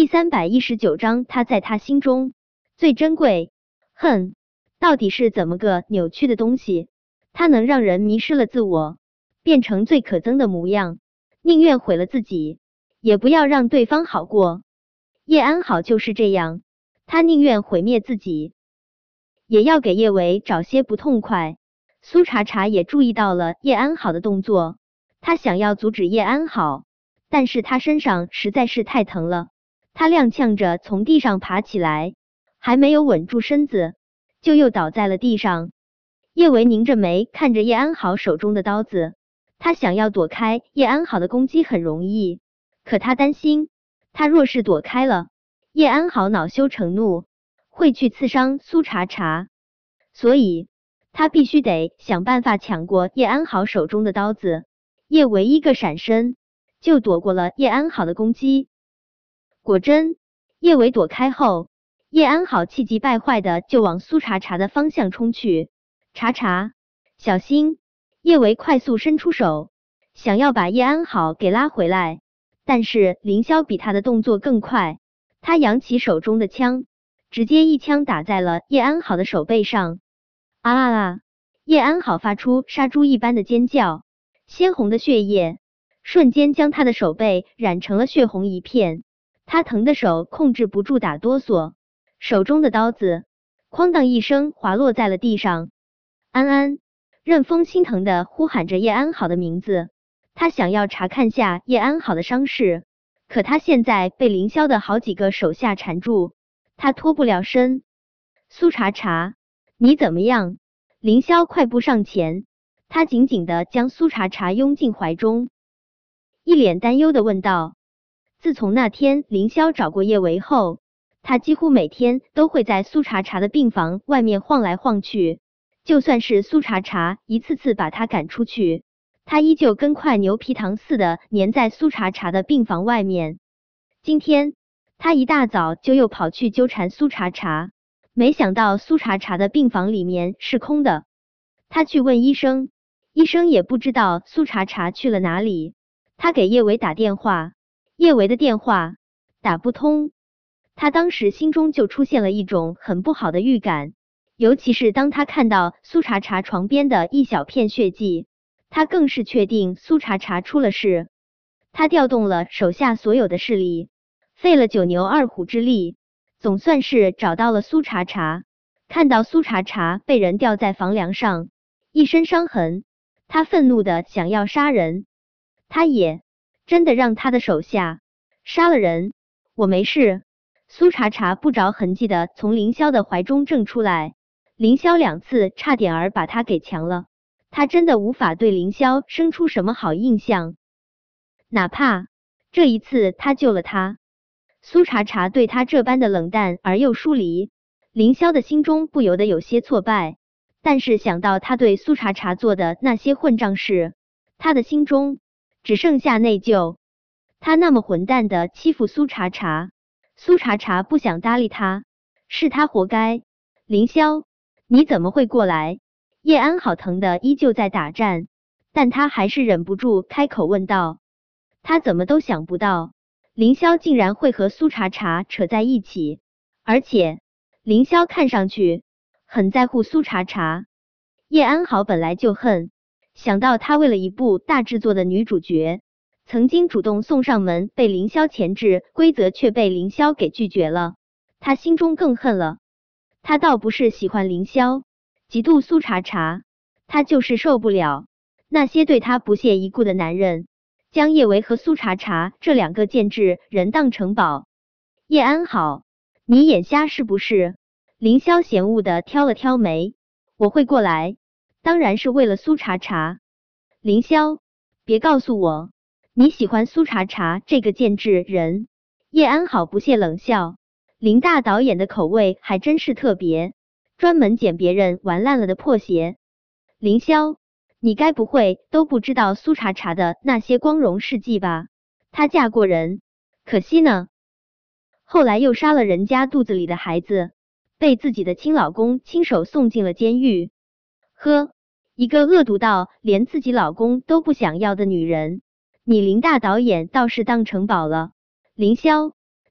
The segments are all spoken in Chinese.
319章，他在他心中最珍贵。恨到底是怎么个扭曲的东西？它能让人迷失了自我，变成最可憎的模样，宁愿毁了自己，也不要让对方好过。叶安好就是这样，他宁愿毁灭自己，也要给叶维找些不痛快。苏茶茶也注意到了叶安好的动作，他想要阻止叶安好，但是他身上实在是太疼了。他踉跄着从地上爬起来，还没有稳住身子，就又倒在了地上。叶维拧着眉看着叶安好手中的刀子，他想要躲开叶安好的攻击很容易，可他担心，他若是躲开了，叶安好恼羞成怒，会去刺伤苏茶茶，所以他必须得想办法抢过叶安好手中的刀子。叶维一个闪身，就躲过了叶安好的攻击。果真，叶维躲开后，叶安好气急败坏的就往苏茶茶的方向冲去。茶茶，小心！叶维快速伸出手，想要把叶安好给拉回来，但是凌霄比他的动作更快，他扬起手中的枪，直接一枪打在了叶安好的手背上。啊啊啊！叶安好发出杀猪一般的尖叫，鲜红的血液瞬间将他的手背染成了血红一片。他疼的手控制不住打哆嗦，手中的刀子哐当一声滑落在了地上。安安，任风心疼的呼喊着叶安好的名字，他想要查看下叶安好的伤势，可他现在被凌霄的好几个手下缠住，他脱不了身。苏茶茶，你怎么样？凌霄快步上前，他紧紧的将苏茶茶拥进怀中，一脸担忧的问道。自从那天凌霄找过叶维后，他几乎每天都会在苏茶茶的病房外面晃来晃去，就算是苏茶茶一次次把他赶出去，他依旧跟块牛皮糖似的粘在苏茶茶的病房外面。今天他一大早就又跑去纠缠苏茶茶，没想到苏茶茶的病房里面是空的。他去问医生，医生也不知道苏茶茶去了哪里。他给叶维打电话，叶维的电话打不通。他当时心中就出现了一种很不好的预感，尤其是当他看到苏茶茶床边的一小片血迹，他更是确定苏茶茶出了事。他调动了手下所有的势力，费了九牛二虎之力，总算是找到了苏茶茶。看到苏茶茶被人吊在房梁上，一身伤痕，他愤怒的想要杀人。他也真的让他的手下杀了人。我没事。苏茶茶不着痕迹的从凌霄的怀中挣出来，凌霄2次差点儿把他给强了，他真的无法对凌霄生出什么好印象，哪怕这一次他救了他。苏茶茶对他这般的冷淡而又疏离，凌霄的心中不由得有些挫败，但是想到他对苏茶茶做的那些混账事，他的心中只剩下内疚。他那么混蛋的欺负苏茶茶，苏茶茶不想搭理他，是他活该。凌霄，你怎么会过来？叶安好疼的依旧在打战，但他还是忍不住开口问道。他怎么都想不到，凌霄竟然会和苏茶茶扯在一起，而且凌霄看上去很在乎苏茶茶。叶安好本来就恨，想到他为了一部大制作的女主角，曾经主动送上门被凌霄钳制，规则却被凌霄给拒绝了，他心中更恨了。他倒不是喜欢凌霄，嫉妒苏茶茶，他就是受不了那些对他不屑一顾的男人，将叶维和苏茶茶这2个贱质人当成宝。叶安好，你眼瞎是不是？凌霄嫌恶的挑了挑眉，我会过来，当然是为了苏茶茶。凌霄，别告诉我你喜欢苏茶茶这个贱质人。叶安好不屑冷笑，林大导演的口味还真是特别，专门捡别人玩烂了的破鞋。凌霄，你该不会都不知道苏茶茶的那些光荣事迹吧？她嫁过人，可惜呢，后来又杀了人家肚子里的孩子，被自己的亲老公亲手送进了监狱。呵，一个恶毒到连自己老公都不想要的女人，你林大导演倒是当成宝了。凌霄，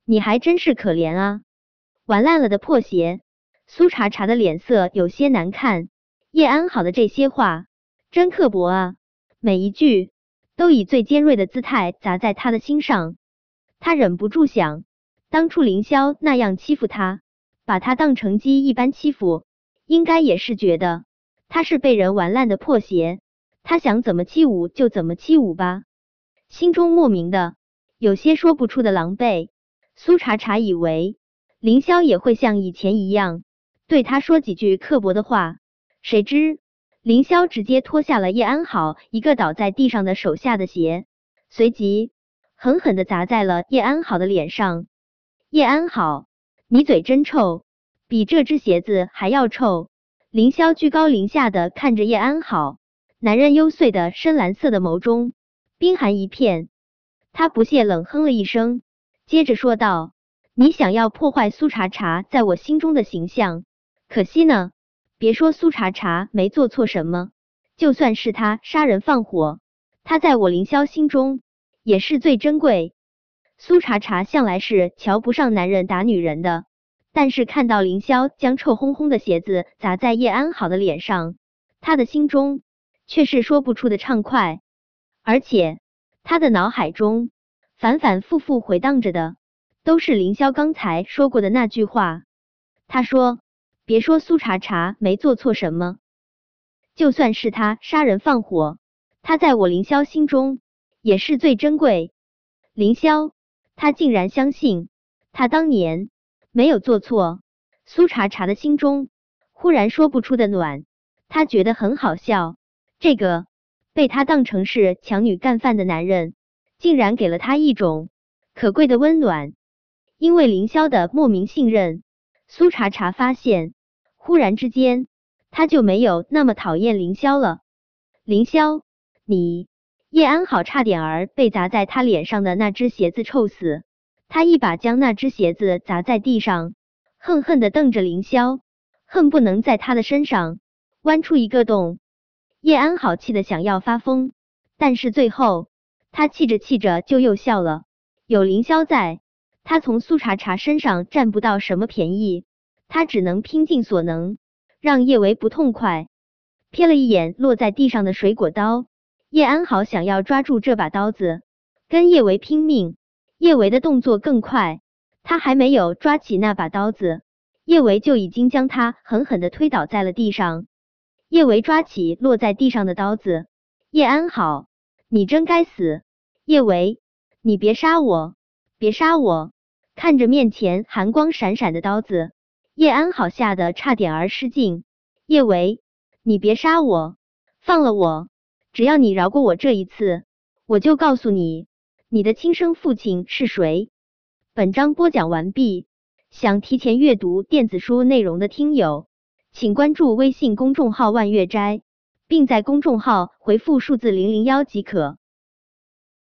你还真是可怜啊！玩烂了的破鞋。苏茶茶的脸色有些难看。叶安好的这些话真刻薄啊，每一句都以最尖锐的姿态砸在他的心上。他忍不住想，当初凌霄那样欺负他，把他当成鸡一般欺负，应该也是觉得他是被人玩烂的破鞋，他想怎么欺侮就怎么欺侮吧。心中莫名的有些说不出的狼狈。苏茶茶以为凌霄也会像以前一样对他说几句刻薄的话，谁知凌霄直接脱下了叶安好一个倒在地上的手下的鞋，随即狠狠地砸在了叶安好的脸上。叶安好，你嘴真臭，比这只鞋子还要臭。凌霄居高临下的看着叶安好，男人幽邃的深蓝色的眸中冰寒一片。他不屑冷哼了一声，接着说道：你想要破坏苏茶茶在我心中的形象，可惜呢，别说苏茶茶没做错什么，就算是他杀人放火，他在我凌霄心中也是最珍贵。苏茶茶向来是瞧不上男人打女人的，但是看到凌霄将臭烘烘的鞋子砸在叶安好的脸上，他的心中却是说不出的畅快，而且他的脑海中反反复复回荡着的都是凌霄刚才说过的那句话。他说，别说苏茶茶没做错什么，就算是他杀人放火，他在我凌霄心中也是最珍贵。凌霄，他竟然相信他当年没有做错。苏茶茶的心中忽然说不出的暖，他觉得很好笑，这个被他当成是强女干饭的男人，竟然给了他一种可贵的温暖。因为凌霄的莫名信任，苏茶茶发现忽然之间他就没有那么讨厌凌霄了。凌霄，你……叶安好差点儿被砸在他脸上的那只鞋子臭死，他一把将那只鞋子砸在地上，恨恨地瞪着凌霄，恨不能在他的身上剜出一个洞。叶安好气得想要发疯，但是最后他气着气着就又笑了。有凌霄在，他从苏茶茶身上占不到什么便宜，他只能拼尽所能让叶维不痛快。瞥了一眼落在地上的水果刀，叶安好想要抓住这把刀子跟叶维拼命，叶维的动作更快，他还没有抓起那把刀子，叶维就已经将他狠狠地推倒在了地上。叶维抓起落在地上的刀子，叶安好，你真该死！叶维，你别杀我，别杀我！看着面前寒光闪闪的刀子，叶安好吓得差点儿失禁。叶维，你别杀我，放了我！只要你饶过我这一次，我就告诉你，你的亲生父亲是谁。本章播讲完毕，想提前阅读电子书内容的听友，请关注微信公众号万月斋，并在公众号回复数字001即可。